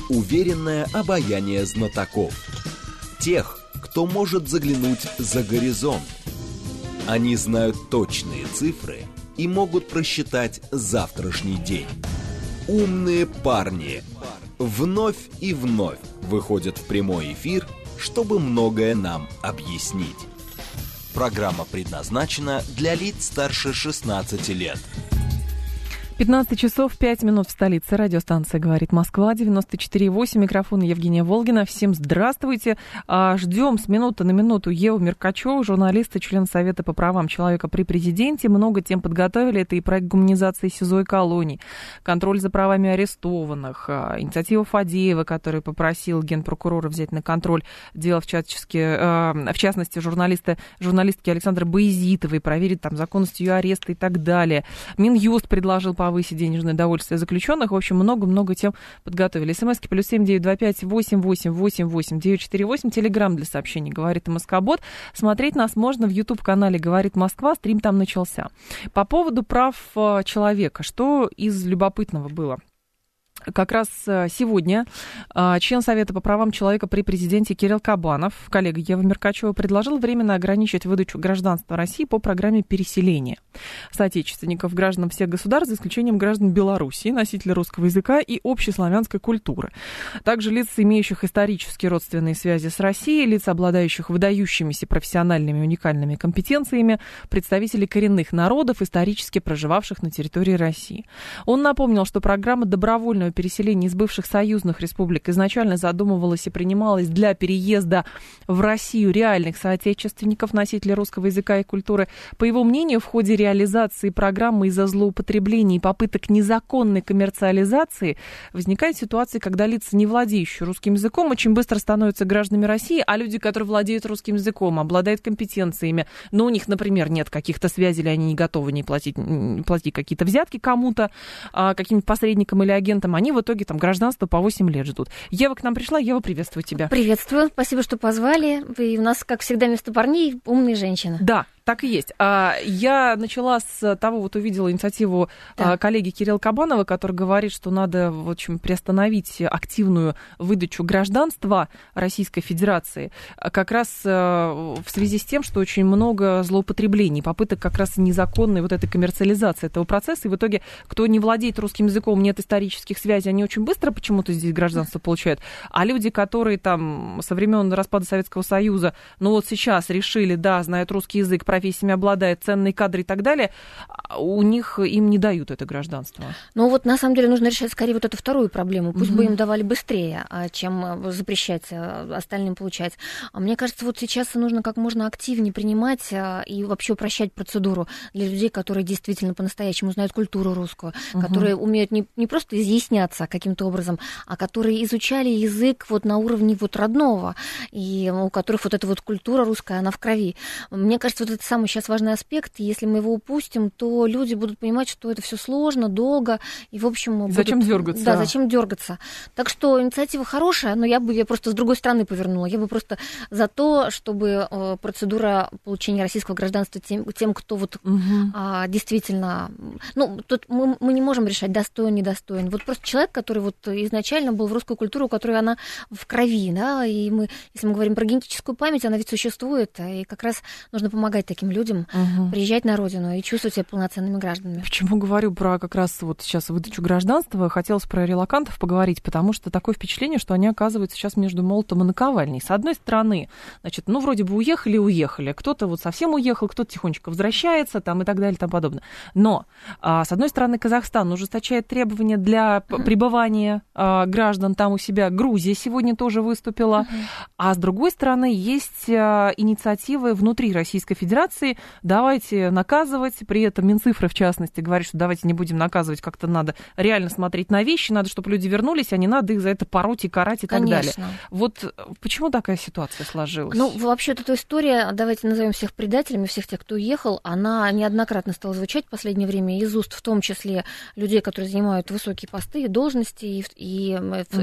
Уверенное обаяние знатоков. Тех, кто может заглянуть за горизонт. Они знают точные цифры и могут просчитать завтрашний день. Умные парни вновь и вновь выходят в прямой эфир, чтобы многое нам объяснить. Программа предназначена для лиц старше 16 лет. 15 часов 5 минут в столице. Радиостанция «Говорит Москва», 94,8. Микрофон Евгения Волгина. Всем здравствуйте. Ждем с минуты на минуту Еву Меркачеву, журналиста, член Совета по правам человека при президенте. Много тем подготовили. Это и проект гуманизации СИЗО и колоний, контроль за правами арестованных, инициатива Фадеева, который попросил генпрокурора взять на контроль дело, в частности, журналистки Александры Баязитовой, проверить там законность ее ареста и так далее. Минюст предложил повысить денежное довольствие заключенных. В общем, много-много тем подготовили. СМСки +7 925 88 88 948. Телеграм для сообщений «Говорит МСК-бот». Смотреть нас можно в YouTube-канале «Говорит Москва». Стрим там начался. По поводу прав человека. Что из любопытного было? Как раз сегодня член Совета по правам человека при президенте Кирилл Кабанов, коллега Ева Меркачева, предложил временно ограничить выдачу гражданства России по программе переселения соотечественников гражданам всех государств, за исключением граждан Белоруссии, носителей русского языка и общеславянской культуры. Также лиц, имеющих исторические родственные связи с Россией, лиц, обладающих выдающимися профессиональными и уникальными компетенциями, представителей коренных народов, исторически проживавших на территории России. Он напомнил, что программа добровольного переселения из бывших союзных республик изначально задумывалась и принималась для переезда в Россию реальных соотечественников, носителей русского языка и культуры. По его мнению, в ходе реализации программы из-за злоупотреблений и попыток незаконной коммерциализации возникает ситуация, когда лица, не владеющие русским языком, очень быстро становятся гражданами России, а люди, которые владеют русским языком, обладают компетенциями, но у них, например, нет каких-то связей, или они не готовы не платить какие-то взятки кому-то, каким-нибудь посредникам или агентам, они в итоге там гражданство по 8 лет ждут. Ева к нам пришла. Ева, приветствую тебя. Приветствую. Спасибо, что позвали. И у нас, как всегда, вместо парней умные женщины. Да. Так и есть. Я начала с того, увидела инициативу коллеги Кирилла Кабанова, который говорит, что надо, в общем, приостановить активную выдачу гражданства Российской Федерации, как раз в связи с тем, что очень много злоупотреблений, попыток как раз незаконной этой коммерциализации этого процесса, и в итоге, кто не владеет русским языком, нет исторических связей, они очень быстро почему-то здесь гражданство получают, а люди, которые там со времен распада Советского Союза, сейчас решили, знают русский язык, профессиями обладает, ценные кадры и так далее, им не дают это гражданство. На самом деле нужно решать скорее эту вторую проблему. Пусть бы им давали быстрее, чем запрещать остальным получать. Мне кажется, сейчас нужно как можно активнее принимать и вообще упрощать процедуру для людей, которые действительно по-настоящему знают культуру русскую, которые умеют не просто изъясняться каким-то образом, а которые изучали язык на уровне родного, и у которых эта культура русская, она в крови. Мне кажется, это самый сейчас важный аспект. Если мы его упустим, то люди будут понимать, что это все сложно, долго, и, в общем... Зачем дергаться? Да, зачем дергаться. Так что инициатива хорошая, но я просто с другой стороны повернула. Я бы просто за то, чтобы процедура получения российского гражданства тем, кто действительно... Тут мы не можем решать, достоин, недостоин. Просто человек, который изначально был в русской культуре, у которой она в крови, да, и если мы говорим про генетическую память, она ведь существует, и как раз нужно помогать таким людям приезжать на родину и чувствовать себя полноценными гражданами. Почему говорю про как раз сейчас выдачу гражданства? Хотелось про релокантов поговорить, потому что такое впечатление, что они оказываются сейчас между молотом и наковальней. С одной стороны, вроде бы уехали. Кто-то совсем уехал, кто-то тихонечко возвращается, там и так далее, и тому подобное. Но, с одной стороны, Казахстан ужесточает требования для пребывания граждан там у себя. Грузия сегодня тоже выступила. А с другой стороны, есть инициативы внутри Российской Федерации. Давайте наказывать. При этом Минцифры, в частности, говорит, что давайте не будем наказывать, как-то надо реально смотреть на вещи, надо, чтобы люди вернулись, а не надо их за это пороть и карать и так далее. Почему такая ситуация сложилась? Вообще-то эта история, давайте назовем всех предателями, всех тех, кто уехал, она неоднократно стала звучать в последнее время из уст, в том числе людей, которые занимают высокие посты и должности, и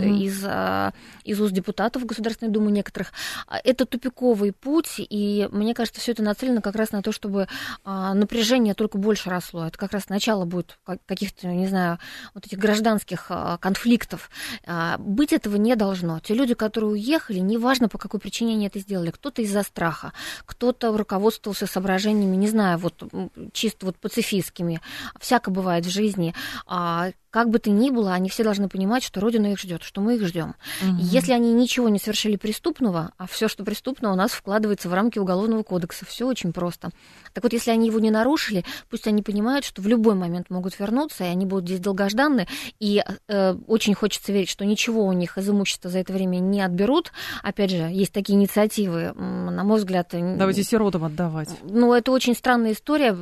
из уст депутатов Государственной Думы некоторых. Это тупиковый путь, и мне кажется, все это нацелено как раз на то, чтобы напряжение только больше росло. Это как раз начало будет каких-то, не знаю, вот этих гражданских конфликтов. Быть этого не должно. Те люди, которые уехали, неважно, по какой причине они это сделали. Кто-то из-за страха, кто-то руководствовался соображениями, не знаю, вот чисто вот пацифистскими. Всяко бывает в жизни. Как бы то ни было, они все должны понимать, что Родина их ждет, что мы их ждем. Угу. Если они ничего не совершили преступного, а все, что преступно, у нас вкладывается в рамки Уголовного кодекса, все очень просто. Так вот, если они его не нарушили, пусть они понимают, что в любой момент могут вернуться, и они будут здесь долгожданны, и очень хочется верить, что ничего у них из имущества за это время не отберут. Опять же, есть такие инициативы, на мой взгляд... Давайте сиротам отдавать. Ну, это очень странная история,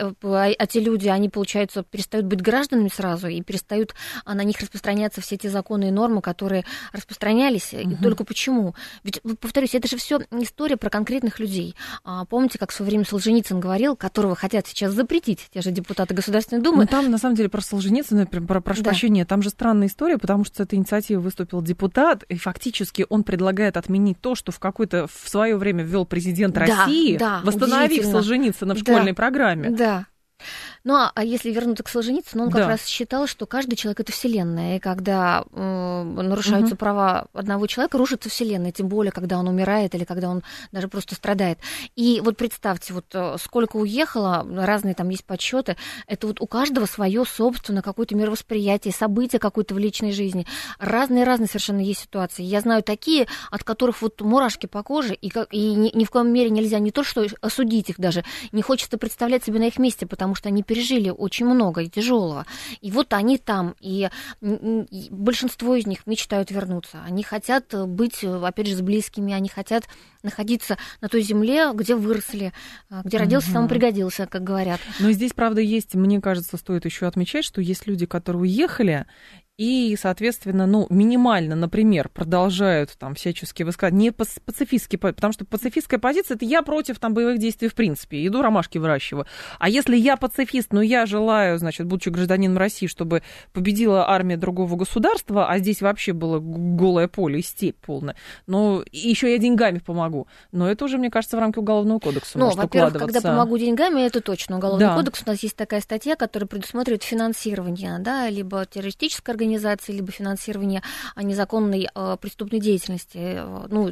а те люди, они, получается, перестают быть гражданами сразу, и перестают на них распространяться все те законы и нормы, которые распространялись. И только почему? Ведь, повторюсь, это же все история про конкретных людей. Помните, как в свое время Солженицын говорил, которого хотят сейчас запретить те же депутаты Государственной Думы? Но там, на самом деле, про Солженицына, прошу прощения, там же странная история, потому что с этой инициативой выступил депутат, и фактически он предлагает отменить то, что в свое время ввел президент России, восстановив Солженицына в школьной программе. Да. Ну, а если вернуться к Солженицыну, он как раз считал, что каждый человек — это вселенная, и когда нарушаются права одного человека, рушится вселенная, тем более, когда он умирает или когда он даже просто страдает. И вот представьте, вот сколько уехало, разные там есть подсчеты, это вот у каждого свое собственное какое-то мировосприятие, событие какое-то в личной жизни. Разные совершенно есть ситуации. Я знаю такие, от которых вот мурашки по коже, и ни в коем мере нельзя не то, что осудить их даже, не хочется представлять себе на их месте, потому что они пережили очень много и тяжелого. И вот они там, и большинство из них мечтают вернуться. Они хотят быть, опять же, с близкими, они хотят находиться на той земле, где выросли, где родился, там пригодился, как говорят. Но здесь, правда, есть, мне кажется, стоит еще отмечать, что есть люди, которые уехали, и, соответственно, минимально, например, продолжают там всячески высказывать, не пацифистски, потому что пацифистская позиция — это я против там боевых действий в принципе, иду ромашки выращиваю. А если я пацифист, но я желаю, значит, будучи гражданином России, чтобы победила армия другого государства, а здесь вообще было голое поле и степь полная, но еще я деньгами помогу. Но это уже, мне кажется, в рамки Уголовного кодекса может во-первых, укладываться. когда помогу деньгами, это точно. Уголовный кодекс, у нас есть такая статья, которая предусматривает финансирование, либо террористической организации, либо финансирование незаконной преступной деятельности.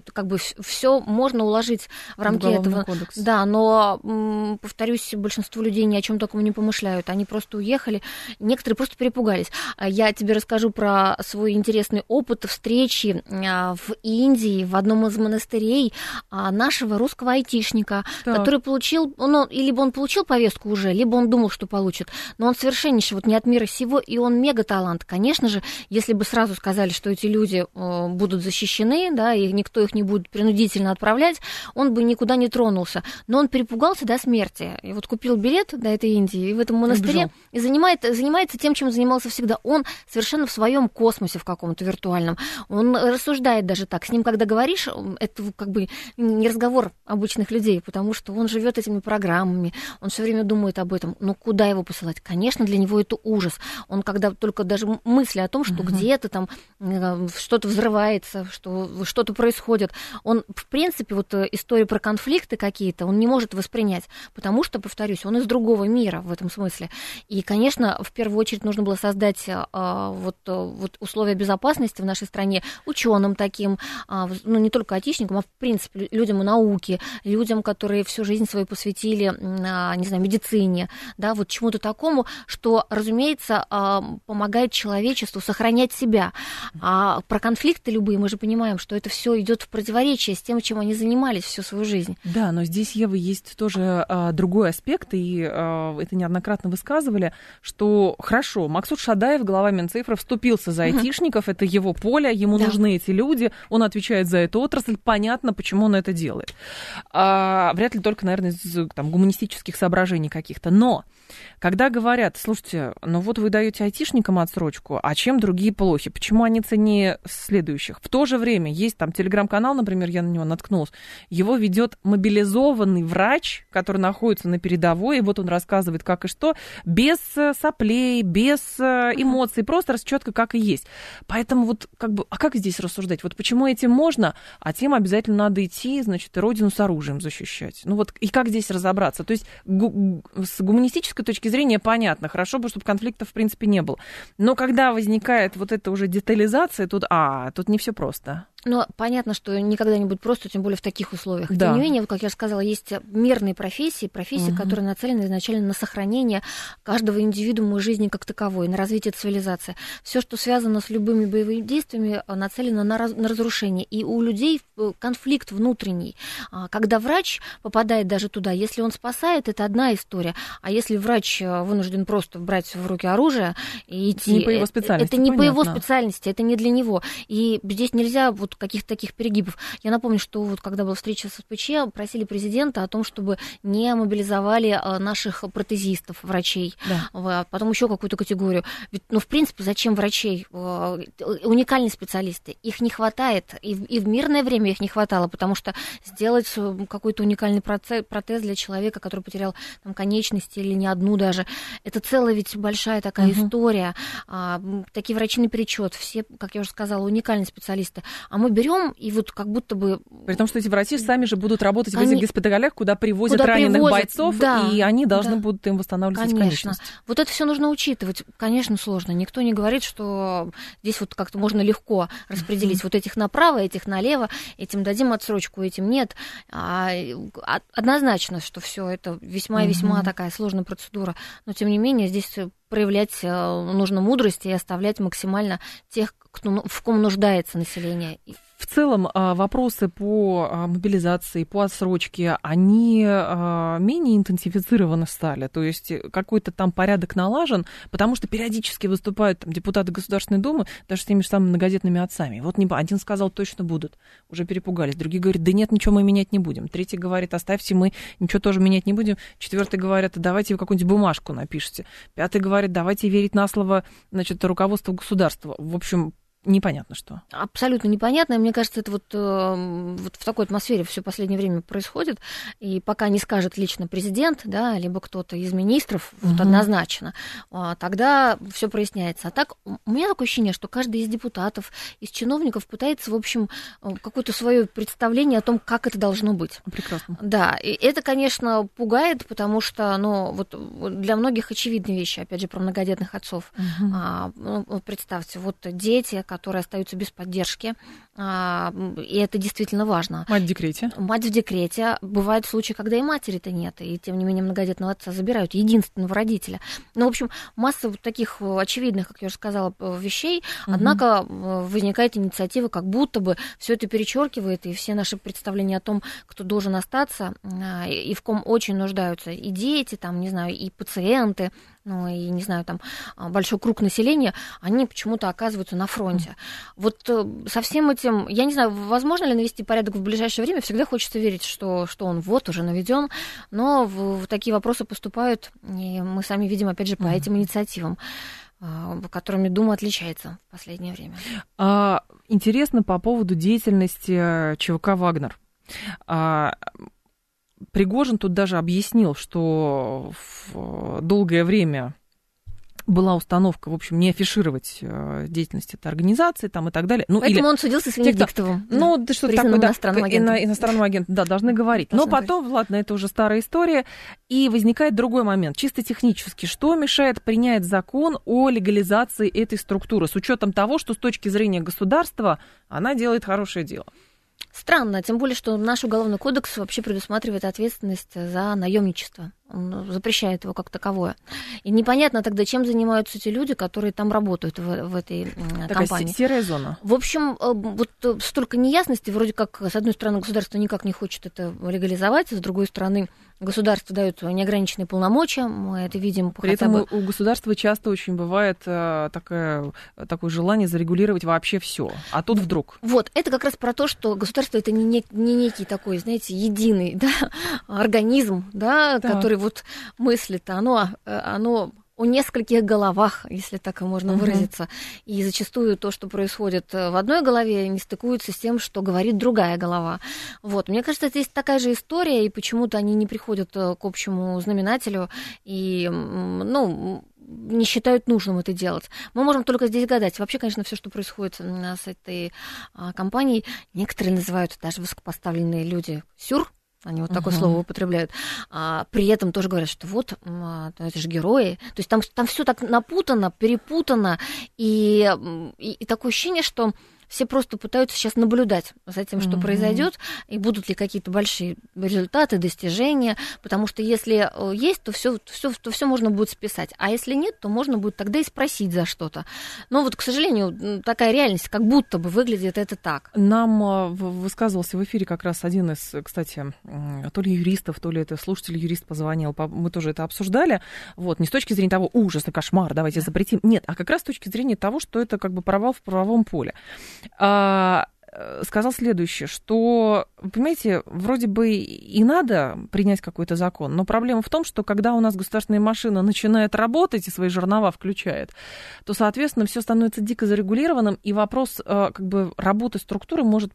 Все можно уложить в рамки этого. Кодекс. Да, но, повторюсь, большинство людей ни о чем таком не помышляют. Они просто уехали, некоторые просто перепугались. Я тебе расскажу про свой интересный опыт встречи в Индии, в одном из монастырей нашего русского айтишника, который получил, либо он получил повестку уже, либо он думал, что получит, но он совершеннейший, не от мира сего, и он мега-талант. Конечно же, если бы сразу сказали, что эти люди будут защищены, и никто их не будет принудительно отправлять, он бы никуда не тронулся. Но он перепугался до смерти. И купил билет до этой Индии, и в этом монастыре и занимается тем, чем занимался всегда. Он совершенно в своем космосе в каком-то виртуальном. Он рассуждает даже так. С ним, когда говоришь, это не разговор обычных людей, потому что он живет этими программами, он все время думает об этом. Но куда его посылать? Конечно, для него это ужас. Он когда только даже мысли о том, что где-то там что-то взрывается, что что-то происходит, он, в принципе, истории про конфликты какие-то, он не может воспринять, потому что, повторюсь, он из другого мира в этом смысле. И, конечно, в первую очередь нужно было создать условия безопасности в нашей стране ученым таким, не только айтишникам, а в принципе людям науки, людям, которые всю жизнь свою посвятили, не знаю, медицине, чему-то такому, что, разумеется, помогает человечеству сохранять себя. А про конфликты любые мы же понимаем, что это все идет в противоречие с тем, чем они занимались всю свою жизнь. Да, но здесь, Ева, есть тоже другой аспект, и это неоднократно высказывали, что хорошо, Максут Шадаев, глава Минцифры, вступился за айтишников, это его поле, ему нужны эти люди, он отвечает за эту отрасль, понятно, почему он это делает. Вряд ли только, наверное, из гуманистических соображений каких-то. Но когда говорят, слушайте, вы даете айтишникам отсрочку, а чем другие плохи? Почему они ценнее следующих? В то же время есть там телеграм-канал, например, я на него наткнулась, его ведет мобилизованный врач, который находится на передовой, и вот он рассказывает, как и что, без соплей, без эмоций, просто четко как и есть. Поэтому вот как бы, а как здесь рассуждать? Вот почему этим можно, а тем обязательно надо идти, значит, и родину с оружием защищать? Ну вот и как здесь разобраться? То есть с гуманистической точки зрения понятно, хорошо бы, чтобы конфликтов в принципе не было. Но когда возникает вот эта уже детализация, тут не все просто. Но понятно, что никогда не будет просто, тем более в таких условиях. Да. Тем не менее, как я сказала, есть мирные профессии, которые нацелены изначально на сохранение каждого индивидуума жизни как таковой, на развитие цивилизации. Все, что связано с любыми боевыми действиями, нацелено на разрушение. И у людей конфликт внутренний. Когда врач попадает даже туда, если он спасает, это одна история. А если врач вынужден просто брать в руки оружие и идти... Не по его специальности, это не понятно. по его специальности, это не для него. И здесь нельзя вот каких-то таких перегибов. Я напомню, что вот когда была встреча с СПЧ, просили президента о том, чтобы не мобилизовали наших протезистов, врачей, потом еще какую-то категорию. Ведь, в принципе, зачем врачей? Уникальные специалисты. Их не хватает, и в мирное время их не хватало, потому что сделать какой-то уникальный протез для человека, который потерял там конечности или не одну даже, это целая ведь большая такая история. Такие врачи наперечет, все, как я уже сказала, уникальные специалисты. А мы берем и вот как будто бы... При том, что эти врачи сами же будут работать в этих госпиталях, куда привозят раненых бойцов, и они должны будут им восстанавливать эти конечности. Вот это все нужно учитывать. Конечно, сложно. Никто не говорит, что здесь вот как-то можно легко распределить вот этих направо, этих налево, этим дадим отсрочку, этим нет. Однозначно, что все это весьма и весьма такая сложная процедура. Но, тем не менее, здесь проявлять нужно мудрость и оставлять максимально тех, в ком нуждается население. В целом вопросы по мобилизации, по отсрочке, они менее интенсифицированы стали, то есть какой-то там порядок налажен, потому что периодически выступают там депутаты Государственной Думы даже с теми же самыми многодетными отцами. Вот один сказал, точно будут, уже перепугались, другие говорят, да нет, ничего мы менять не будем, третий говорит, оставьте, мы ничего тоже менять не будем, четвертый говорит, давайте вы какую-нибудь бумажку напишите, пятый говорит, давайте верить на слово, значит, руководству государства. В общем, непонятно что. Абсолютно непонятно. И мне кажется, это вот в такой атмосфере все последнее время происходит. И пока не скажет лично президент, да, либо кто-то из министров, вот однозначно, тогда все проясняется. А так, у меня такое ощущение, что каждый из депутатов, из чиновников пытается, в общем, какое-то свое представление о том, как это должно быть. Прекрасно. Да, и это, конечно, пугает, потому что, вот для многих очевидные вещи, опять же, про многодетных отцов. Представьте, вот дети, которые остаются без поддержки, и это действительно важно. Мать в декрете. Мать в декрете. Бывают случаи, когда и матери-то нет, и тем не менее многодетного отца забирают, единственного родителя. В общем, масса вот таких очевидных, как я уже сказала, вещей, однако возникает инициатива, как будто бы все это перечеркивает, и все наши представления о том, кто должен остаться, и в ком очень нуждаются и дети, там, не знаю, и пациенты, и, не знаю, там, большой круг населения, они почему-то оказываются на фронте. Вот со всем этим, я не знаю, возможно ли навести порядок в ближайшее время, всегда хочется верить, что он вот уже наведен, но в такие вопросы поступают, и мы сами видим, опять же, по этим инициативам, которыми Дума отличается в последнее время. Интересно по поводу деятельности ЧВК «Вагнер». Пригожин тут даже объяснил, что в долгое время была установка, в общем, не афишировать деятельность этой организации там, и так далее. Поэтому он судился с Венедиктовым. Да что такое, иностранным агентом, да, должны говорить. Но потом, говорить. Ладно, это уже старая история, и возникает другой момент, чисто технически. Что мешает принять закон о легализации этой структуры, с учетом того, что с точки зрения государства она делает хорошее дело? Странно, тем более, что наш уголовный кодекс вообще предусматривает ответственность за наемничество. Он запрещает его как таковое. И непонятно тогда, чем занимаются эти люди, которые там работают в этой компании. Серая зона. В общем, вот столько неясностей. Вроде как, с одной стороны, государство никак не хочет это легализовать, с другой стороны, государство дает неограниченные полномочия. Мы это видим. При этом у государства часто очень бывает такое желание зарегулировать вообще все. А тут вдруг. Вот, это как раз про то, что государство это не некий такой, знаете, единый, да, организм, да, который вот мыслит, оно о нескольких головах, если так и можно выразиться. И зачастую то, что происходит в одной голове, не стыкуется с тем, что говорит другая голова. Вот. Мне кажется, здесь такая же история, и почему-то они не приходят к общему знаменателю и, не считают нужным это делать. Мы можем только здесь гадать. Вообще, конечно, все, что происходит с этой компанией, некоторые называют даже высокопоставленные люди сюр. Они вот такое слово употребляют. При этом тоже говорят, что вот, это же герои. То есть там все так напутано, перепутано, и такое ощущение, что все просто пытаются сейчас наблюдать за тем, что произойдет, и будут ли какие-то большие результаты, достижения, потому что если есть, то все можно будет списать, а если нет, то можно будет тогда и спросить за что-то. Но вот, к сожалению, такая реальность, как будто бы выглядит это так. Нам высказывался в эфире как раз один из, кстати, то ли юристов, то ли это слушатель-юрист позвонил, мы тоже это обсуждали, вот, не с точки зрения того, ужас и кошмар, давайте запретим, нет, а как раз с точки зрения того, что это как бы провал в правовом поле. Сказал следующее, что, понимаете, вроде бы и надо принять какой-то закон, но проблема в том, что когда у нас государственная машина начинает работать и свои жернова включает, то, соответственно, все становится дико зарегулированным, и вопрос как бы работы структуры может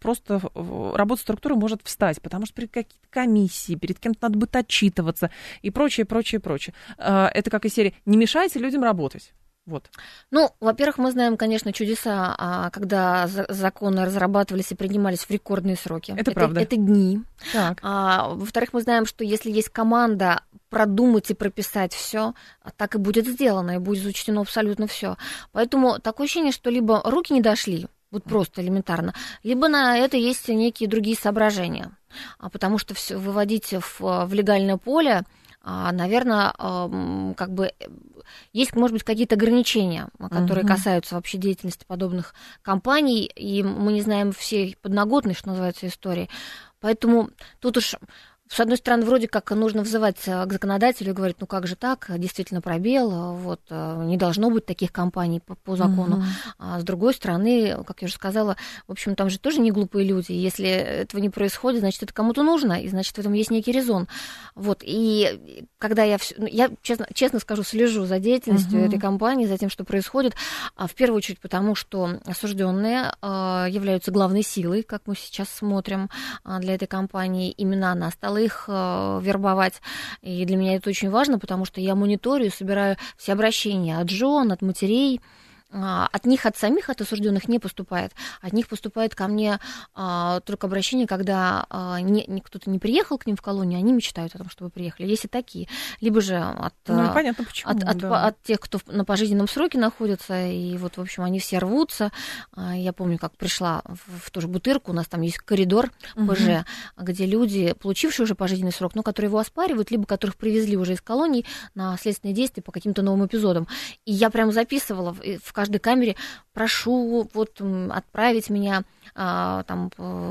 встать, потому что перед какие-то комиссии, перед кем-то надо будет отчитываться и прочее. Это как из серии «Не мешайте людям работать». Вот. Во-первых, мы знаем, конечно, чудеса, когда законы разрабатывались и принимались в рекордные сроки. Это правда. Это дни. Так. Во-вторых, мы знаем, что если есть команда продумать и прописать все, так и будет сделано, и будет учтено абсолютно все. Поэтому такое ощущение, что либо руки не дошли, вот просто элементарно, либо на это есть некие другие соображения. Потому что выводить в легальное поле, наверное, как бы есть, может быть, какие-то ограничения, которые касаются вообще деятельности подобных компаний, и мы не знаем всей подноготной, что называется, истории. Поэтому тут уж, с одной стороны, вроде как нужно взывать к законодателю и говорить, как же так, действительно пробел, вот, не должно быть таких компаний по закону. А с другой стороны, как я уже сказала, в общем, там же тоже не глупые люди. Если этого не происходит, значит, это кому-то нужно, и значит, в этом есть некий резон. Вот, и когда я честно скажу, слежу за деятельностью этой компании, за тем, что происходит, в первую очередь потому, что осужденные являются главной силой, как мы сейчас смотрим, для этой компании. Именно она стала их вербовать. И для меня это очень важно, потому что я мониторю, собираю все обращения от жен, от матерей. От них, от самих, от осужденных не поступает. От них поступает ко мне только обращение, когда кто-то не приехал к ним в колонию, они мечтают о том, чтобы приехали. Есть и такие. Либо же понятно, почему, от тех, кто на пожизненном сроке находится, и вот, в общем, они все рвутся. Я помню, как пришла в ту же Бутырку, у нас там есть коридор ПЖ, где люди, получившие уже пожизненный срок, но которые его оспаривают, либо которых привезли уже из колонии на следственные действия по каким-то новым эпизодам. И я прям записывала в каждой камере: прошу вот отправить меня там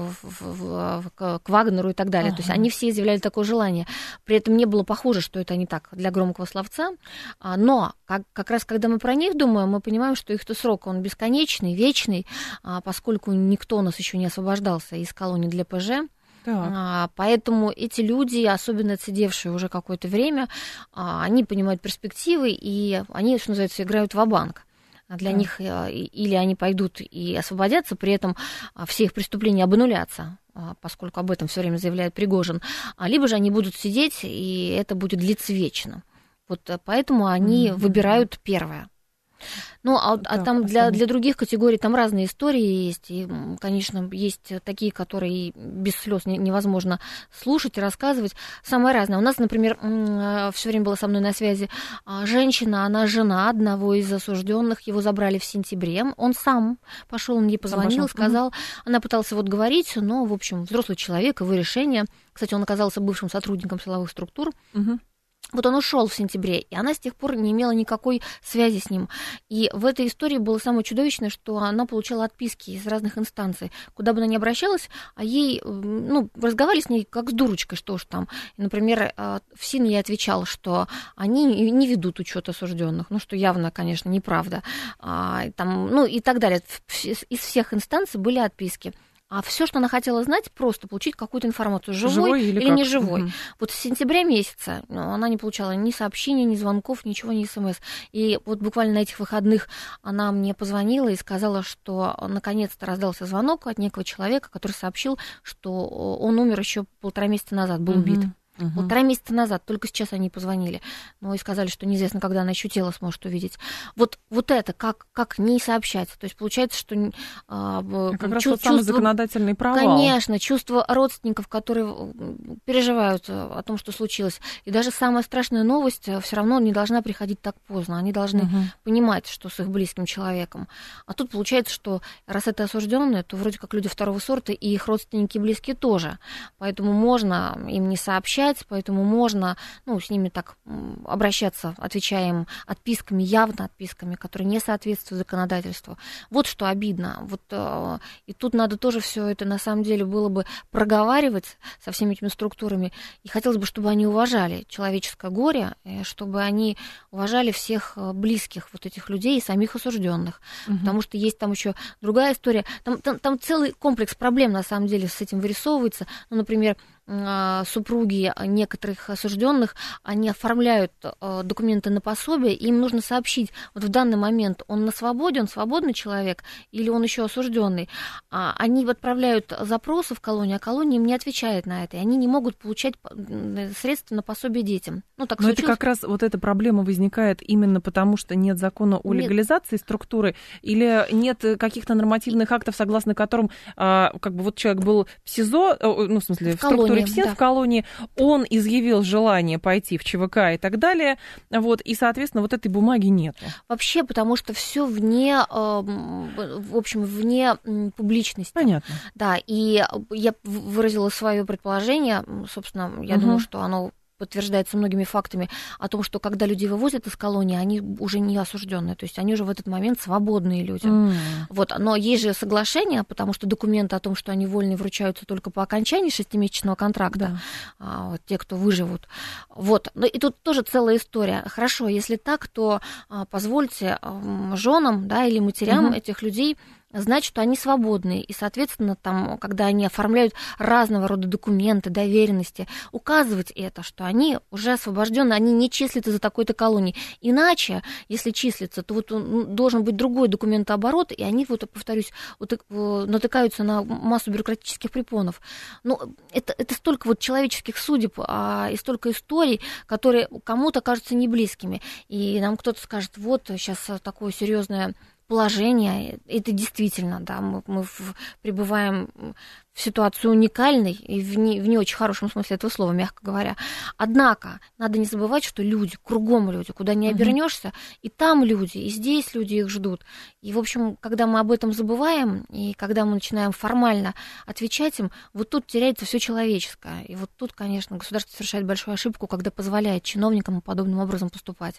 к Вагнеру и так далее. То есть они все изъявляли такое желание. При этом не было похоже, что это не так для громкого словца. Но как раз когда мы про них думаем, мы понимаем, что их-то срок, он бесконечный, вечный, поскольку никто у нас еще не освобождался из колонии для ПЖ. Так. Поэтому эти люди, особенно отсидевшие уже какое-то время, они понимают перспективы, и они, что называется, играют ва-банк. Для них или они пойдут и освободятся, при этом все их преступления обнулятся, поскольку об этом все время заявляет Пригожин, либо же они будут сидеть, и это будет длиться вечно. Вот поэтому они выбирают первое. Там для других категорий там разные истории есть. И, конечно, есть такие, которые без слез невозможно слушать и рассказывать. Самое разное. У нас, например, все время была со мной на связи женщина, она жена одного из осужденных. Его забрали в сентябре. Он сам пошел, он ей позвонил, сказал. Она пыталась вот говорить, но, в общем, взрослый человек, его решение. Кстати, он оказался бывшим сотрудником силовых структур. Вот он ушел в сентябре, и она с тех пор не имела никакой связи с ним. И в этой истории было самое чудовищное, что она получала отписки из разных инстанций. Куда бы она ни обращалась, а ей, разговаривали с ней как с дурочкой, что уж там. И, например, ФСИН ей отвечал, что они не ведут учет осужденных, что явно, конечно, неправда. И так далее. Из всех инстанций были отписки. А все, что она хотела знать, просто получить какую-то информацию, живой или не живой. Вот с сентября месяца она не получала ни сообщений, ни звонков, ничего, ни смс. И вот буквально на этих выходных она мне позвонила и сказала, что наконец-то раздался звонок от некого человека, который сообщил, что он умер еще 1,5 месяца назад, был убит. 1,5 месяца назад, только сейчас они позвонили. Ну и сказали, что неизвестно, когда она еще тело сможет увидеть. Вот это как не сообщать. То есть получается, что как раз тот самый законодательный провал. Конечно, чувство родственников, которые переживают о том, что случилось. И даже самая страшная новость все равно не должна приходить так поздно. Они должны понимать, что с их близким человеком. А тут получается, что раз это осужденные, то вроде как люди второго сорта, и их родственники и близкие тоже. Поэтому можно им не сообщать, поэтому можно с ними так обращаться, отвечая им отписками, явно отписками, которые не соответствуют законодательству. Вот что обидно. И тут надо тоже все это, на самом деле, было бы проговаривать со всеми этими структурами. И хотелось бы, чтобы они уважали человеческое горе, чтобы они уважали всех близких вот этих людей и самих осужденных. Потому что есть там еще другая история. Там целый комплекс проблем, на самом деле, с этим вырисовывается. Ну, например, супруги некоторых осужденных, они оформляют документы на пособие, и им нужно сообщить, вот в данный момент он на свободе, он свободный человек, или он еще осужденный. Они отправляют запросы в колонию, а колония им не отвечает на это, и они не могут получать средства на пособие детям. Но это как раз вот эта проблема возникает именно потому, что нет закона о легализации структуры, или нет каких-то нормативных актов, согласно которым вот человек был в СИЗО, в смысле, в структуре ФСИН в колонии, он изъявил желание пойти в ЧВК и так далее, и, соответственно, вот этой бумаги нет. Вообще, потому что все вне публичности. Понятно. Да, и я выразила свое предположение, собственно, я думаю, что оно подтверждается многими фактами о том, что когда людей вывозят из колонии, они уже не осужденные, то есть они уже в этот момент свободные люди. Но есть же соглашение, потому что документы о том, что они вольны, вручаются только по окончании 6-месячного контракта, те, кто выживут. И тут тоже целая история. Хорошо, если так, то позвольте женам, или матерям этих людей знать, что они свободны, и, соответственно, там, когда они оформляют разного рода документы, доверенности, указывать это, что они уже освобождены, они не числятся за такой-то колонией. Иначе, если числятся, то должен быть другой документооборот, и они, повторюсь, натыкаются на массу бюрократических препонов. Это столько человеческих судеб и столько историй, которые кому-то кажутся неблизкими. И нам кто-то скажет, сейчас такое серьезное положение, это действительно, мы пребываем в ситуации уникальной и в не очень хорошем смысле этого слова, мягко говоря. Однако надо не забывать, что люди, кругом люди, куда ни обернешься, и там люди, и здесь люди их ждут. И, в общем, когда мы об этом забываем, и когда мы начинаем формально отвечать им, тут теряется все человеческое. И тут, конечно, государство совершает большую ошибку, когда позволяет чиновникам подобным образом поступать.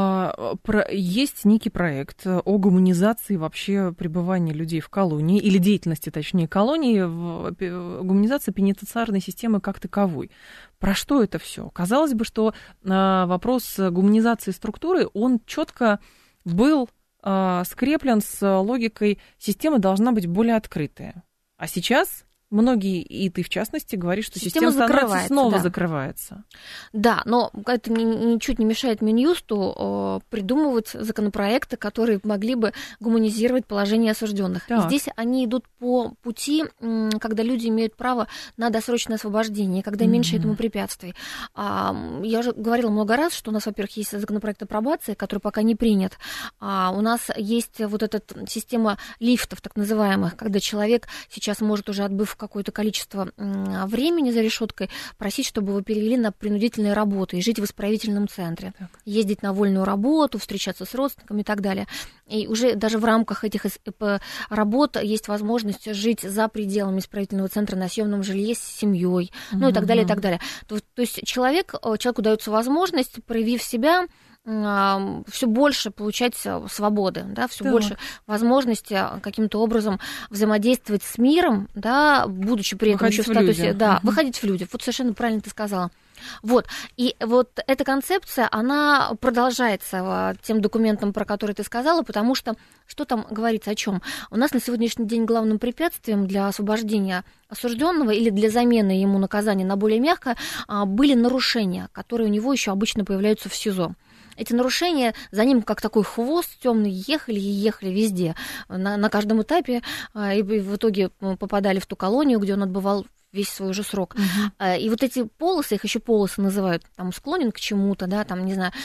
Есть некий проект о гуманизации вообще пребывания людей в колонии, или деятельности, точнее, колонии, гуманизация пенитенциарной системы как таковой. Про что это все? Казалось бы, что вопрос гуманизации структуры, он четко был скреплен с логикой, система должна быть более открытая. А сейчас многие, и ты в частности, говоришь, что система снова закрывается. Да, но это ничуть не мешает Минюсту придумывать законопроекты, которые могли бы гуманизировать положение осужденных. И здесь они идут по пути, когда люди имеют право на досрочное освобождение, когда меньше этому препятствий. Я уже говорила много раз, что у нас, во-первых, есть законопроект о пробации, который пока не принят. У нас есть эта система лифтов, так называемых, когда человек сейчас может, уже отбыв какое-то количество времени за решеткой, просить, чтобы его перевели на принудительные работы и жить в исправительном центре, ездить на вольную работу, встречаться с родственниками и так далее. И уже даже в рамках этих работ есть возможность жить за пределами исправительного центра на съемном жилье с семьей, и так далее, и так далее. То есть человеку дается возможность, проявив себя, все больше получать свободы, все больше возможности каким-то образом взаимодействовать с миром, будучи при этом еще в статусе, выходить в люди. Совершенно правильно ты сказала. Вот. И вот эта концепция, она продолжается тем документом, про который ты сказала, потому что что там говорится о чем? У нас на сегодняшний день главным препятствием для освобождения осужденного или для замены ему наказания на более мягкое были нарушения, которые у него еще обычно появляются в СИЗО. Эти нарушения за ним как такой хвост темный ехали и ехали везде, на каждом этапе, и в итоге попадали в ту колонию, где он отбывал весь свой уже срок. И вот эти полосы, их еще полосы называют, там, склонен к чему-то, да, там, не знаю,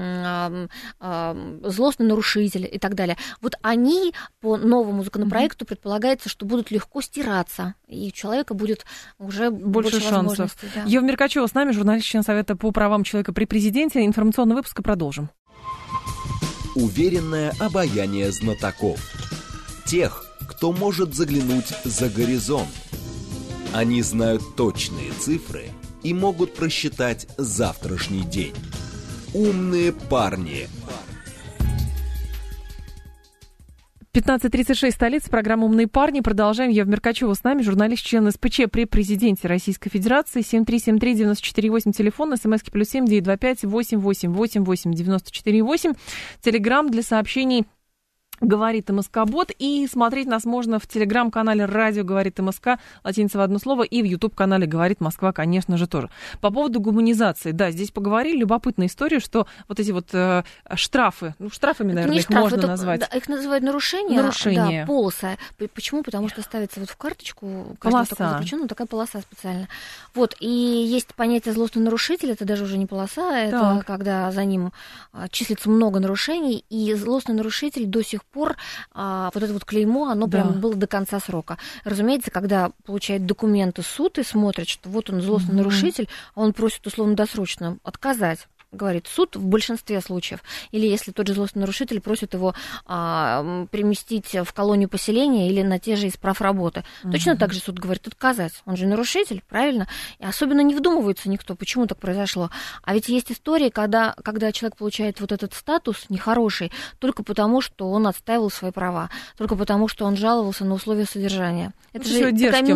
злостный нарушитель и так далее. Вот они по новому законопроекту предполагается, что будут легко стираться, и у человека будет уже больше шансов. Да. Ева Меркачева с нами, журналист, член Совета по правам человека при президенте. Информационный выпуск, и продолжим. Уверенное обаяние знатоков. Тех, кто может заглянуть за горизонт. Они знают точные цифры и могут просчитать завтрашний день. Умные парни. 15:36, столица, программа «Умные парни». Продолжаем. Ева Меркачева с нами, журналист, член СПЧ при президенте Российской Федерации. 7373948, телефон, смски +7 925 888 94 Телеграм для сообщений «Говорит МСК-бот». И смотреть нас можно в телеграм-канале «Радио говорит МСК», латиница в одно слово, и в YouTube-канале «Говорит Москва», конечно же, тоже. По поводу гуманизации, да, здесь поговорили, любопытная история, что вот эти вот штрафы, штрафами, наверное, их можно назвать. Да, их называют нарушения. Да, полоса. Почему? Потому что ставится вот в карточку каждого заключенного такая полоса специально. Вот, и есть понятие злостный нарушитель, это даже уже не полоса, это когда за ним числится много нарушений, и злостный нарушитель до сих пор вот это вот клеймо, оно прям было до конца срока. Разумеется, когда получает документы суд и смотрит, что вот он злостный нарушитель, а он просит условно-досрочно отказать. Говорит суд в большинстве случаев. Или если тот же злостный нарушитель просит его переместить в колонию поселения или на те же исправработы. Точно так же суд говорит отказать. Он же нарушитель, правильно? И особенно не вдумывается никто, почему так произошло. А ведь есть истории, когда человек получает вот этот статус нехороший только потому, что он отстаивал свои права, только потому, что он жаловался на условия содержания. Это же такая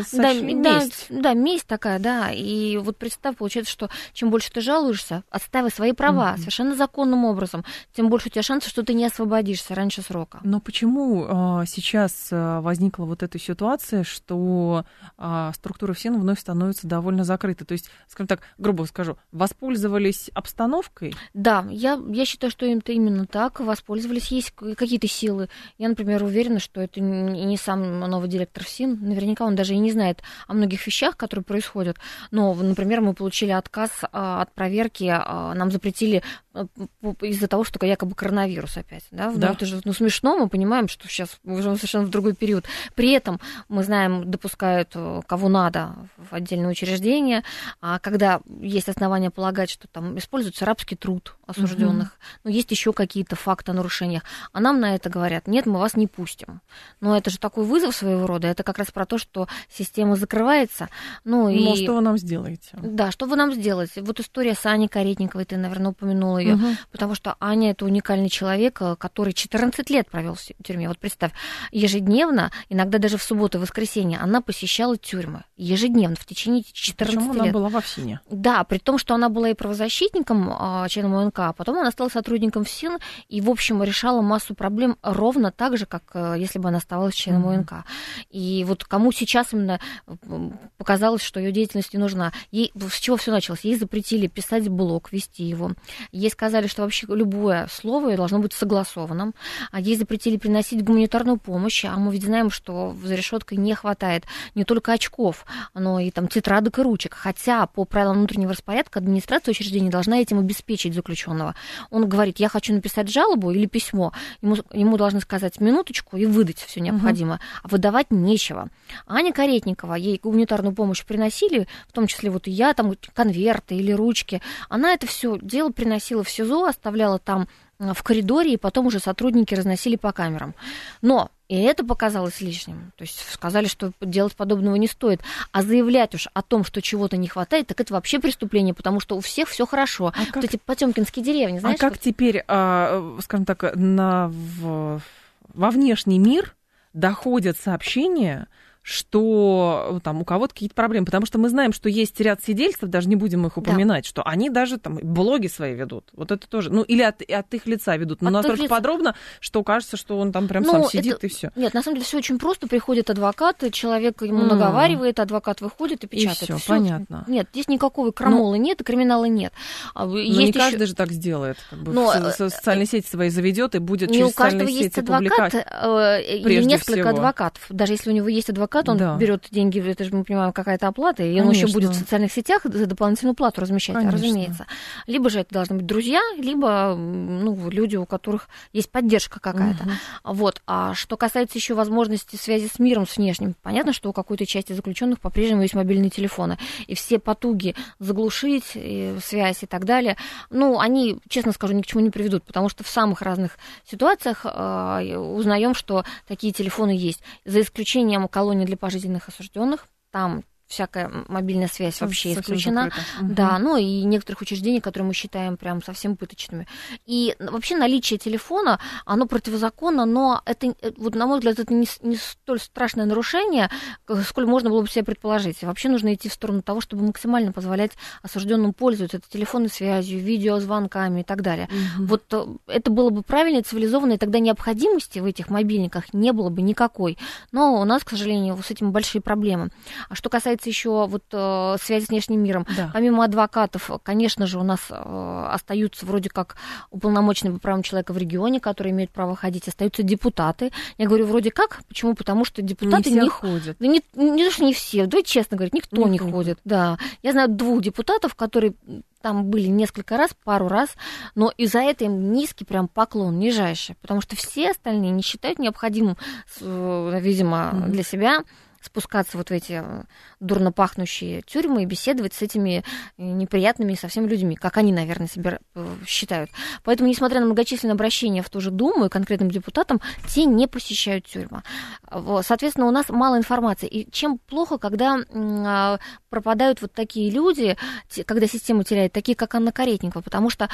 месть. Да, месть такая, да. И вот представь, получается, что чем больше ты жалуешься, отстаивай свои права совершенно законным образом, тем больше у тебя шансов, что ты не освободишься раньше срока. Но почему сейчас возникла вот эта ситуация, что структура ФСИН вновь становится довольно закрытой? То есть, скажем так, грубо скажу, воспользовались обстановкой? Да, я считаю, что это именно так, воспользовались. Есть какие-то силы. Я, например, уверена, что это не сам новый директор ФСИН. Наверняка он даже и не знает о многих вещах, которые происходят. Но, например, мы получили отказ от проверки, нам запретили из-за того, что якобы коронавирус опять. Да? Да. Это же смешно, мы понимаем, что сейчас мы живем совершенно в другой период. При этом мы знаем, допускают кого надо в отдельное учреждение, когда есть основания полагать, что там используется рабский труд осужденных, но есть еще какие-то факты о нарушениях. А нам на это говорят: нет, мы вас не пустим. Но это же такой вызов своего рода, это как раз про то, что система закрывается. Но что вы нам сделаете? Да, что вы нам сделаете? Вот история с Аней Каретниковой, ты, наверное, упомянула ее, потому что Аня — это уникальный человек, который 14 лет провел в тюрьме. Вот представь, ежедневно, иногда даже в субботу и воскресенье, она посещала тюрьмы. Ежедневно, в течение 14 лет. Причем она была во ФСИНе. Да, при том, что она была и правозащитником, членом ОНК, а потом она стала сотрудником ФСИН и, в общем, решала массу проблем ровно так же, как если бы она оставалась членом ОНК. И вот кому сейчас именно показалось, что ее деятельность не нужна. С чего все началось? Ей запретили писать блог, вести его. Ей сказали, что вообще любое слово должно быть согласованным. Ей запретили приносить гуманитарную помощь, а мы ведь знаем, что за решеткой не хватает не только очков, но и там тетрадок и ручек. Хотя по правилам внутреннего распорядка администрация учреждения должна этим обеспечить заключенного. Он говорит: я хочу написать жалобу или письмо. Ему должны сказать минуточку и выдать все необходимое. А выдавать нечего. Аня Каретникова, ей гуманитарную помощь приносили, в том числе вот и я, там конверты или ручки. Она это все дело приносила в СИЗО, оставляла там в коридоре, и потом уже сотрудники разносили по камерам. Но и это показалось лишним. То есть сказали, что делать подобного не стоит. А заявлять уж о том, что чего-то не хватает, так это вообще преступление, потому что у всех все хорошо. Вот эти потёмкинские деревни, знаешь? А как теперь, скажем так, во внешний мир доходят сообщения, что там у кого-то какие-то проблемы, потому что мы знаем, что есть ряд свидетельств, даже не будем их упоминать, что они даже там блоги свои ведут. Вот это тоже, или от их лица ведут, но настолько подробно, что кажется, что он там прям сам сидит и все. Нет, на самом деле все очень просто. Приходит адвокат, человек ему наговаривает, адвокат выходит и печатает. И всё, понятно. Нет, здесь никакого крамолы нет, и криминала нет. Но не каждый же так сделает. Социальные сети свои заведет и будет через социальные сети публиковать. У каждого есть адвокат или несколько адвокатов. Даже если у него есть адвокат, он берет деньги, это же, мы понимаем, какая-то оплата, и он еще будет в социальных сетях за дополнительную плату размещать, разумеется. Либо же это должны быть друзья, либо люди, у которых есть поддержка какая-то. Вот. А что касается еще возможности связи с миром, с внешним, понятно, что у какой-то части заключенных по-прежнему есть мобильные телефоны. И все потуги заглушить связь и так далее, они, честно скажу, ни к чему не приведут, потому что в самых разных ситуациях узнаем, что такие телефоны есть. За исключением колонии для пожизненных осужденных, там всякая мобильная связь вообще исключена. Да, и некоторых учреждений, которые мы считаем прям совсем пыточными. И вообще наличие телефона, оно противозаконно, но это, вот, на мой взгляд, это не столь страшное нарушение, сколь можно было бы себе предположить. Вообще нужно идти в сторону того, чтобы максимально позволять осужденным пользоваться этой телефонной связью, видеозвонками и так далее. Вот это было бы правильно и цивилизованно, и тогда необходимости в этих мобильниках не было бы никакой. Но у нас, к сожалению, с этим большие проблемы. А что касается еще связи с внешним миром. Да. Помимо адвокатов, конечно же, у нас остаются вроде как уполномоченные по правам человека в регионе, которые имеют право ходить, остаются депутаты. Я говорю вроде как, почему? Потому что депутаты не ходят. Да не то, что не все, давайте честно говорить, никто не ходит. Да. Я знаю 2 депутатов, которые там были несколько раз, пару раз, но из-за этого им низкий прям поклон, нижайший, потому что все остальные не считают необходимым, видимо, для себя спускаться вот в эти дурно пахнущие тюрьмы и беседовать с этими неприятными совсем людьми, как они, наверное, себя считают. Поэтому, несмотря на многочисленные обращения в ту же Думу и конкретным депутатам, те не посещают тюрьмы. Соответственно, у нас мало информации. И чем плохо, когда пропадают вот такие люди, когда система теряет, такие, как Анна Каретникова, потому что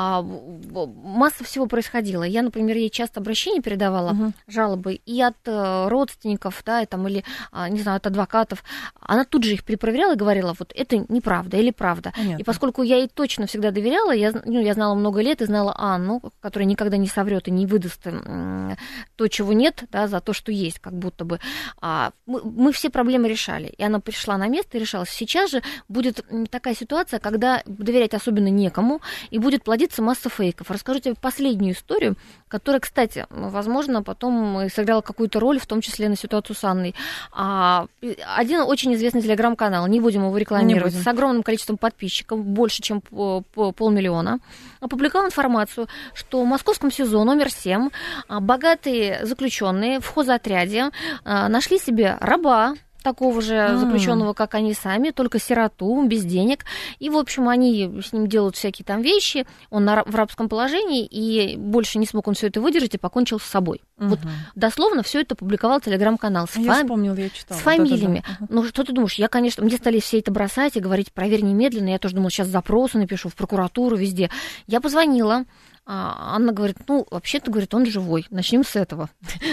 масса всего происходило. Я, например, ей часто обращения передавала, жалобы и от родственников, да, или не знаю, от адвокатов, она тут же их перепроверяла и говорила, вот это неправда или правда. Понятно. И поскольку я ей точно всегда доверяла, я знала много лет и знала Анну, которая никогда не соврет и не выдаст то, чего нет, да, за то, что есть, как будто бы. Мы все проблемы решали. И она пришла на место и решалась. Сейчас же будет такая ситуация, когда доверять особенно некому, и будет плодиться масса фейков. Расскажу тебе последнюю историю, которая, кстати, возможно, потом сыграла какую-то роль, в том числе на ситуацию с Анной. Один очень известный телеграм-канал, не будем его рекламировать, с огромным количеством подписчиков, больше, чем 500 000, опубликовал информацию, что в московском СИЗО номер 7 богатые заключенные в хозотряде нашли себе раба, такого же заключенного, как они сами, только сироту, без денег. И, в общем, они с ним делают всякие там вещи. Он в рабском положении, и больше не смог он все это выдержать и покончил с собой. Вот дословно все это публиковал телеграм-канал с фамилиями. Ну, что ты думаешь? Мне стали все это бросать и говорить, проверь немедленно. Я тоже думала, сейчас запросы напишу в прокуратуру, везде. Я позвонила. Анна говорит, вообще-то, говорит, он живой. Начнем с этого.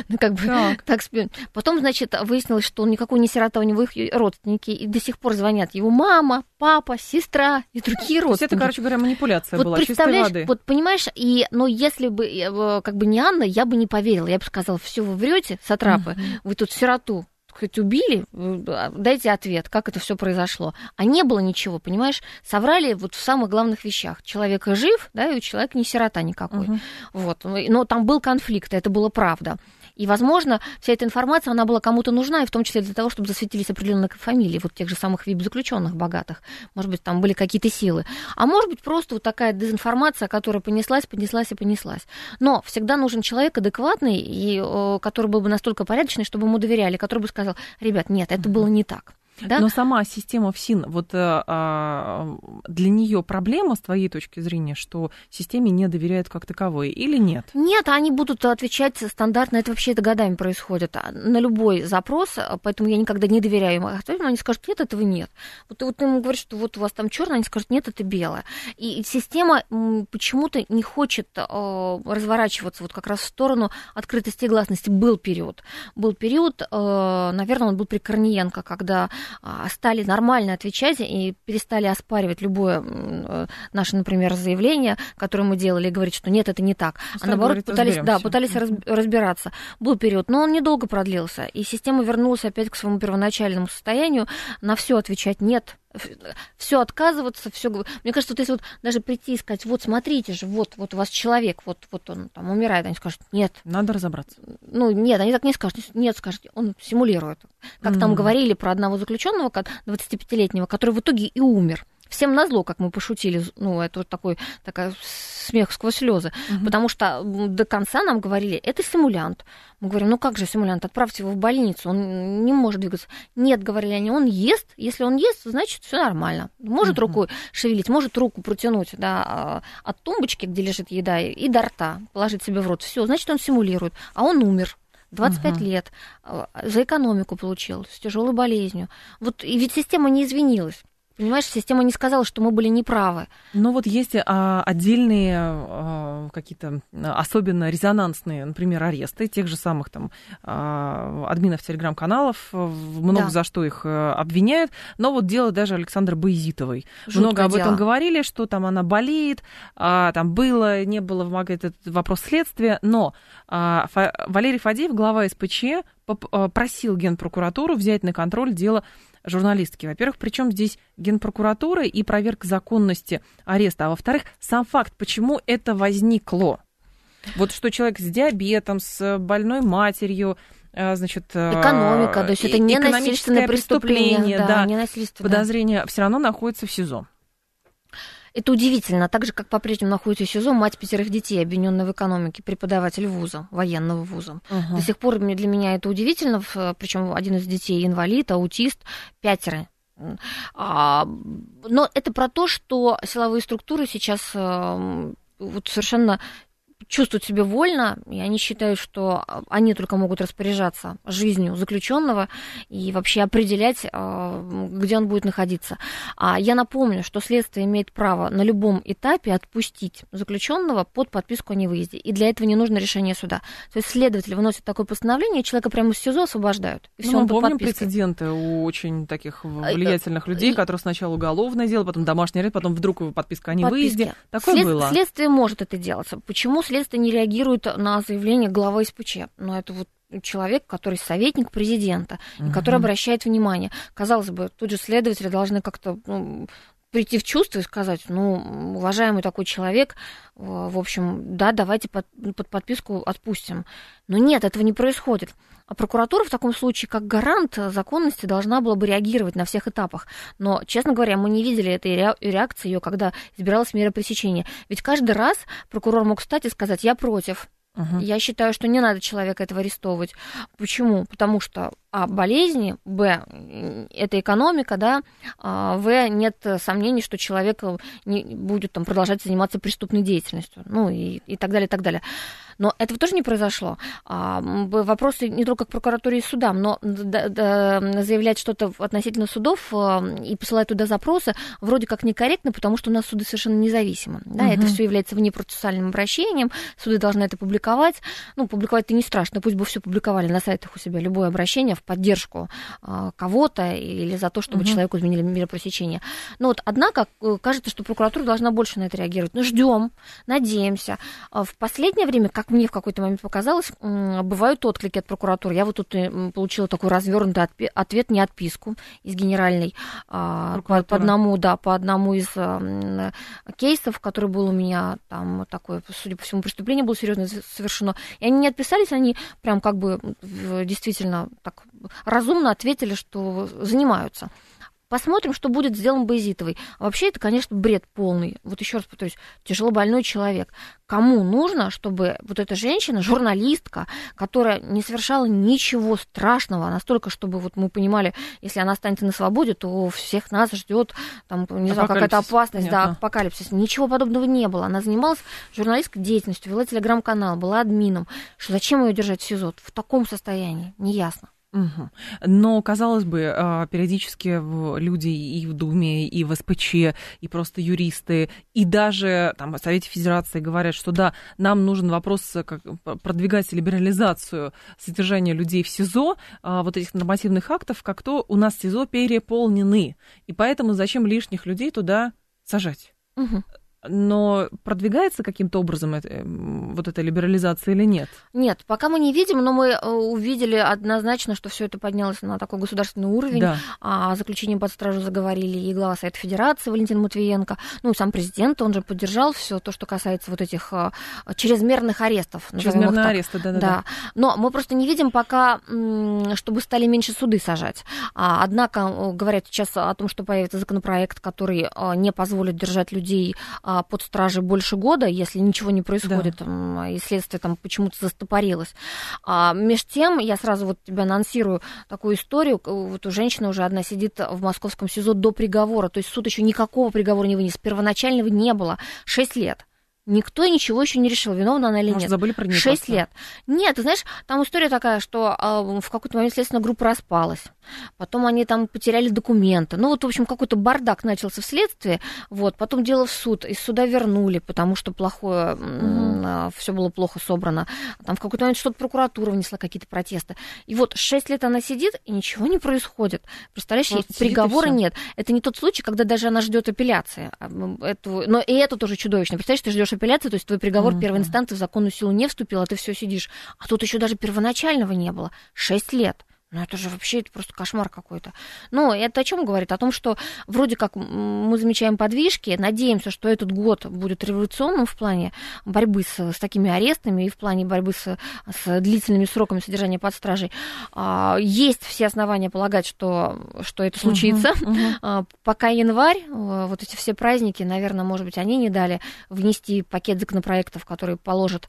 Потом, значит, выяснилось, что он никакой не сирота, у него их родственники, и до сих пор звонят его мама, папа, сестра и другие родственники. Это, короче говоря, манипуляция была, чистой воды. Вот понимаешь, но если бы не Анна, я бы не поверила. Я бы сказала, все, вы врете, сатрапы, вы тут сироту хоть убили, дайте ответ, как это все произошло. А не было ничего, понимаешь? Соврали вот в самых главных вещах. Человек жив, да, и у человека не сирота никакой. Вот. Но там был конфликт, это было правда. И, возможно, вся эта информация, она была кому-то нужна, и в том числе для того, чтобы засветились определенные фамилии, вот тех же самых вип-заключенных богатых. Может быть, там были какие-то силы. А может быть, просто вот такая дезинформация, которая понеслась. Но всегда нужен человек адекватный, и который был бы настолько порядочный, чтобы ему доверяли, который бы сказал, ребят, нет, это было не так. Да? Но сама система ФСИН, вот для нее проблема, с твоей точки зрения, что системе не доверяют как таковой, или нет? Нет, они будут отвечать стандартно, это вообще годами происходит, на любой запрос, поэтому я никогда не доверяю им. Они скажут, нет, этого нет. Вот им говорят, что вот у вас там черное, они скажут, нет, это белое. И система почему-то не хочет разворачиваться вот как раз в сторону открытости и гласности. Был период, наверное, он был при Корниенко, когда стали нормально отвечать и перестали оспаривать любое наше, например, заявление, которое мы делали, и говорить, что нет, это не так. А наоборот, пытались разбираться. Был период, но он недолго продлился, и система вернулась опять к своему первоначальному состоянию, на все отвечать нет, все отказываться, все. Мне кажется, вот если вот даже прийти и сказать, вот смотрите же, вот у вас человек, вот он там умирает, они скажут, нет. Надо разобраться. Нет, они так не скажут. Нет, скажут, он симулирует. Как там говорили про одного заключенного, 25-летнего, который в итоге и умер. Всем назло, как мы пошутили, это вот такой смех сквозь слезы, потому что до конца нам говорили, это симулянт. Мы говорим, как же симулянт, отправьте его в больницу, он не может двигаться. Нет, говорили они, он ест, если он ест, значит, все нормально. Может рукой шевелить, может руку протянуть, да, от тумбочки, где лежит еда, и до рта положить себе в рот. Все, значит, он симулирует, а он умер. 25 лет, за экономику получил, с тяжелой болезнью. И ведь система не извинилась. Понимаешь, система не сказала, что мы были неправы. Но вот есть отдельные какие-то особенно резонансные, например, аресты тех же самых там админов телеграм-каналов, много за что их обвиняют. Но вот дело даже Александры Баязитовой. Жуткое много об этом дело. говорили, что там она болеет, там было, не было, это вопрос следствия. Но Валерий Фадеев, глава СПЧ, просил Генпрокуратуру взять на контроль дело журналистки. Во-первых, причем здесь Генпрокуратура и проверка законности ареста, а во-вторых, сам факт, почему это возникло. Вот что человек с диабетом, с больной матерью, значит... Экономика, то есть это не насильственное преступление. Да, ненасильственное. Подозрение все равно находится в СИЗО. Это удивительно. Так же, как по-прежнему находится в СИЗО мать 5 детей, обвиненная в экономике, преподаватель вуза, военного вуза. До сих пор для меня это удивительно. Причем один из детей инвалид, аутист, 5. Но это про то, что силовые структуры сейчас совершенно чувствуют себя вольно, и они считают, что они только могут распоряжаться жизнью заключенного и вообще определять, где он будет находиться. Я напомню, что следствие имеет право на любом этапе отпустить заключенного под подписку о невыезде, и для этого не нужно решение суда. То есть следователь выносит такое постановление, человека прямо из СИЗО освобождают. И всё, он под помним подпиской. Прецеденты у очень таких влиятельных людей, которые сначала уголовное дело, потом домашний арест, потом вдруг его подписка о невыезде. Такое было. Следствие может это делать. Почему следствие не реагирует на заявление главы СПЧ? Это человек, который советник президента, и который обращает внимание. Казалось бы, тут же следователи должны как-то прийти в чувство и сказать, уважаемый такой человек, в общем, да, давайте под подписку отпустим. Но нет, этого не происходит. А прокуратура в таком случае, как гарант законности, должна была бы реагировать на всех этапах. Но, честно говоря, мы не видели этой реакции ее, когда избиралась мера пресечения. Ведь каждый раз прокурор мог встать и сказать, я против. Я считаю, что не надо человека этого арестовывать. Почему? Потому что болезни, б, это экономика, да, в, нет сомнений, что человек не будет продолжать заниматься преступной деятельностью, и так далее, и так далее. Но этого тоже не произошло. Вопросы не только к прокуратуре и судам, но заявлять что-то относительно судов и посылать туда запросы вроде как некорректно, потому что у нас суды совершенно независимы. Да, это все является внепроцессуальным обращением, суды должны это публиковать. Публиковать-то не страшно, пусть бы все публиковали на сайтах у себя, любое обращение в поддержку кого-то или за то, чтобы человеку изменили меру пресечения. Но однако, кажется, что прокуратура должна больше на это реагировать. Ждем, надеемся. В последнее время, как мне в какой-то момент показалось, бывают отклики от прокуратуры. Я тут получила такой развернутый ответ, не отписку из генеральной по одному из кейсов, который был у меня, там такое, судя по всему, преступление было серьезно совершено. И они не отписались, они прям действительно так разумно ответили, что занимаются. посмотрим, что будет сделан Баязитовой. А вообще это, конечно, бред полный. Вот еще раз повторюсь, тяжелобольной человек. Кому нужно, чтобы вот эта женщина, журналистка, которая не совершала ничего страшного, настолько, чтобы вот мы понимали, если она останется на свободе, то всех нас ждет там, не знаю, какая-то опасность, да, апокалипсис. Ничего подобного не было. Она занималась журналистской деятельностью, вела телеграм-канал, была админом. Что зачем ее держать в СИЗО в таком состоянии? Неясно. Угу. Но, казалось бы, периодически люди и в Думе, и в СПЧ, и просто юристы, и даже там, в Совете Федерации говорят, что да, нам нужен вопрос, как продвигать либерализацию содержания людей в СИЗО, вот этих нормативных актов, как то у нас СИЗО переполнены, и поэтому зачем лишних людей туда сажать? Угу. Но продвигается каким-то образом вот эта либерализация или нет? Нет, пока мы не видим, но мы увидели однозначно, что все это поднялось на такой государственный уровень. Да. О заключении под стражу заговорили и глава Совета Федерации Валентин Матвиенко, ну и сам президент, он же поддержал все то, что касается вот этих чрезмерных арестов. Чрезмерные аресты, да. Но мы просто не видим пока, чтобы стали меньше суды сажать. Однако говорят сейчас о том, что появится законопроект, который не позволит держать людей под стражей больше года, если ничего не происходит, да. И следствие там почему-то застопорилось. Между тем, я сразу вот тебе анонсирую такую историю. Вот у женщины уже одна сидит в московском СИЗО до приговора, то есть суд еще никакого приговора не вынес, первоначального не было, 6 лет. Никто ничего еще не решил, виновна она или нет. Может, забыли про нее? 6 лет. Нет, ты знаешь, там история такая, что в какой-то момент следственная группа распалась. Потом они там потеряли документы. Ну, вот, в общем, какой-то бардак начался в следствии. Вот, потом дело в суд. Из суда вернули, потому что плохое, все было плохо собрано. Там в какой-то момент что-то прокуратура внесла какие-то протесты. И вот 6 лет она сидит, и ничего не происходит. Представляешь, приговора нет. Это не тот случай, когда даже она ждет апелляции. Но и это тоже чудовищно. Представляешь, ты ждешь апелляции, то есть твой приговор первой инстанции в законную силу не вступил, а ты все сидишь. А тут еще даже первоначального не было. 6 лет. Ну, это же вообще это просто кошмар какой-то. Ну, это о чем говорит? О том, что вроде как мы замечаем подвижки, надеемся, что этот год будет революционным в плане борьбы с такими арестами и в плане борьбы с длительными сроками содержания под стражей. Есть все основания полагать, что это случится. Пока январь, вот эти все праздники, наверное, может быть, они не дали внести пакет законопроектов, который положит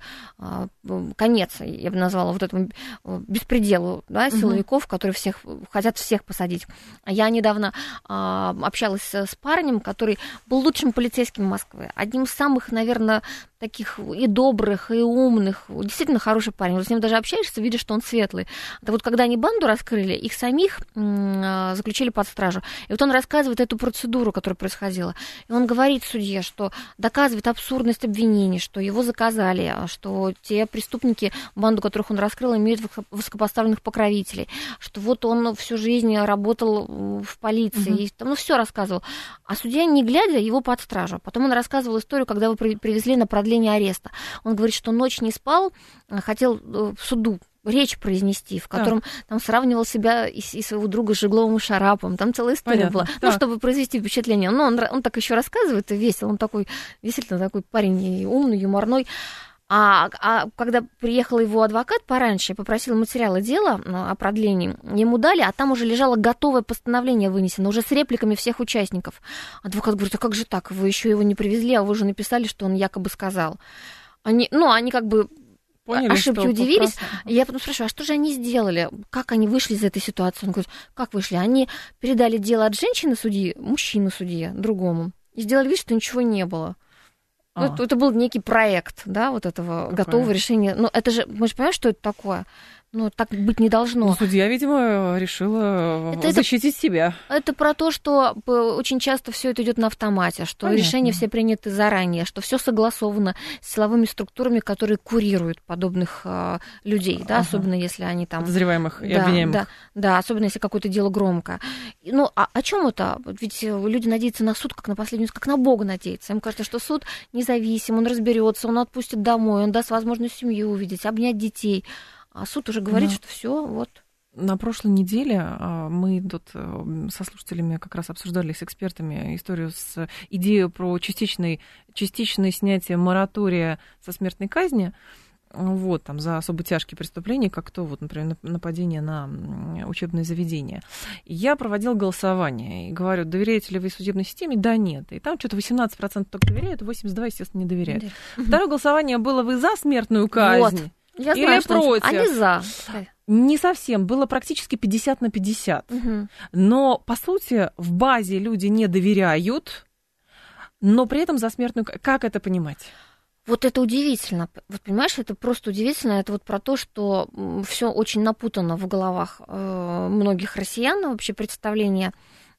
конец, я бы назвала, вот этому беспределу, да, силовиков, которые хотят всех посадить. Я недавно общалась с парнем, который был лучшим полицейским Москвы, одним из самых, наверное, таких и добрых, и умных, действительно хороший парень. Вот с ним даже общаешься, видишь, что он светлый. Да вот когда они банду раскрыли, их самих заключили под стражу. И вот он рассказывает эту процедуру, которая происходила. И он говорит судье, что доказывает абсурдность обвинений, что его заказали, что те преступники, банду которых он раскрыл, имеют высокопоставленных покровителей, что вот он всю жизнь работал в полиции, и там, все рассказывал. А судья, не глядя, его под стражу. Потом он рассказывал историю, когда его привезли на продление ареста. Он говорит, что ночь не спал, хотел в суду речь произнести, в котором там сравнивал себя и своего друга с Жегловым и Шараповым. Там целая история была. Ну, чтобы произвести впечатление. Но он так еще рассказывает и весел. Он такой, действительно такой парень и умный, юморной. А когда приехал его адвокат пораньше и попросил материалы дела о продлении, ему дали, а там уже лежало готовое постановление вынесено, уже с репликами всех участников. Адвокат говорит, а как же так, вы еще его не привезли, а вы уже написали, что он якобы сказал. Они как бы поняли, ошибки удивились. Я потом спрашиваю, а что же они сделали? Как они вышли из этой ситуации? Он говорит, как вышли? Они передали дело от женщины-судьи, мужчины-судье, другому, и сделали вид, что ничего не было. Это был некий проект, да, вот этого готового решения. Но это же, мы же понимаем, что это такое. Ну, так быть не должно. Ну, судья, видимо, решила защитить себя. Это про то, что очень часто все это идет на автомате, что решения все приняты заранее, что все согласовано с силовыми структурами, которые курируют подобных людей, да, особенно если они там... Подозреваемых и обвиняемых. Да, особенно если какое-то дело громкое. Ну, о чем это? Ведь люди надеются на суд, как на последнюю, как на Бога надеются. Им кажется, что суд независим, он разберется, он отпустит домой, он даст возможность семью увидеть, обнять детей. А суд уже говорит, что все, вот. На прошлой неделе мы тут со слушателями как раз обсуждали с экспертами историю с идеей про частичное снятие моратория со смертной казни. вот, там, за особо тяжкие преступления, как то, вот, например, нападение на учебное заведение. И я проводила голосование и говорю, доверяете ли вы судебной системе? Да, нет. И там что-то 18% только доверяют, 82%, естественно, не доверяют. Второе голосование было, вы за смертную казнь? Вот. Я знаю, или против? Они за. Не совсем, было практически 50/50. Но, по сути, в базе люди не доверяют, но при этом за смертную... Как это понимать? Вот это удивительно. Вот понимаешь, это просто удивительно. Это вот про то, что все очень напутано в головах многих россиян, вообще представление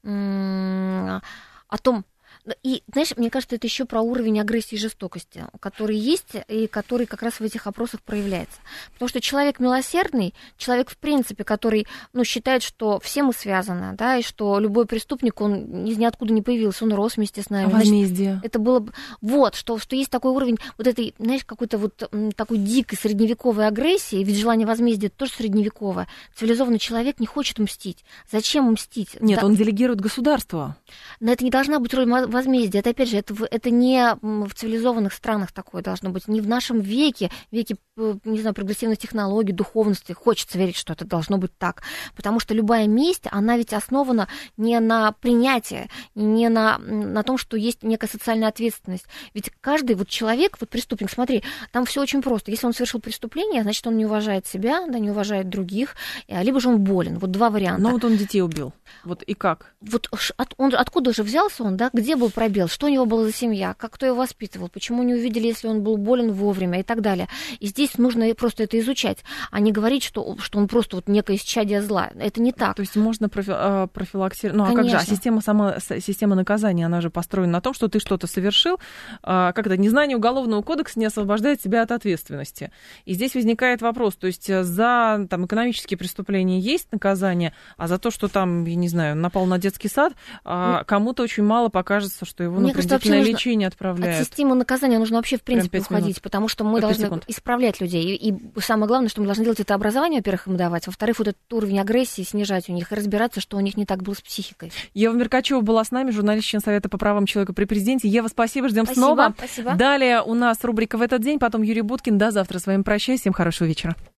о том. И, знаешь, мне кажется, это еще про уровень агрессии и жестокости, который есть и который как раз в этих опросах проявляется. Потому что человек милосердный, человек, в принципе, который, считает, что все мы связаны, да, и что любой преступник, он из ниоткуда не появился, он рос вместе с нами. Возмездие. Значит, это было... Вот, что есть такой уровень вот этой, знаешь, какой-то вот такой дикой средневековой агрессии, ведь желание возмездия тоже средневековое. Цивилизованный человек не хочет мстить. Зачем мстить? Нет, он делегирует государству. Но это не должна быть роль возмездие. Это, опять же, это не в цивилизованных странах такое должно быть, не в нашем веке, не знаю, прогрессивных технологий, духовности. Хочется верить, что это должно быть так. Потому что любая месть, она ведь основана не на принятии, не на том, что есть некая социальная ответственность. Ведь каждый вот человек, вот преступник, смотри, там все очень просто. Если он совершил преступление, значит, он не уважает себя, да, не уважает других, либо же он болен. Вот два варианта. Но вот он детей убил. Вот и как? Вот откуда же взялся он, да? Где был пробел? Что у него была за семья? Кто его воспитывал? Почему не увидели, если он был болен вовремя и так далее? И здесь нужно просто это изучать, а не говорить, что он просто вот некое исчадие зла. Это не так. То есть можно профилактировать... Ну, а как же? А система наказания, она же построена на том, что ты что-то совершил. Как-то незнание уголовного кодекса не освобождает тебя от ответственности. И здесь возникает вопрос. То есть за там, экономические преступления есть наказание, а за то, что там, я не знаю, напал на детский сад, кому-то очень мало покажется, что его на принудительное лечение отправляют. От системы наказания нужно вообще в принципе уходить, потому что мы должны исправлять людей. И самое главное, что мы должны делать, это образование, во-первых, им давать, во-вторых, вот этот уровень агрессии снижать у них и разбираться, что у них не так было с психикой. Ева Меркачева была с нами, журналист, член Совета по правам человека при президенте. Ева, спасибо, ждем снова. Спасибо. Далее у нас рубрика «В этот день», потом Юрий Буткин. До завтра. С вами прощаюсь. Всем хорошего вечера.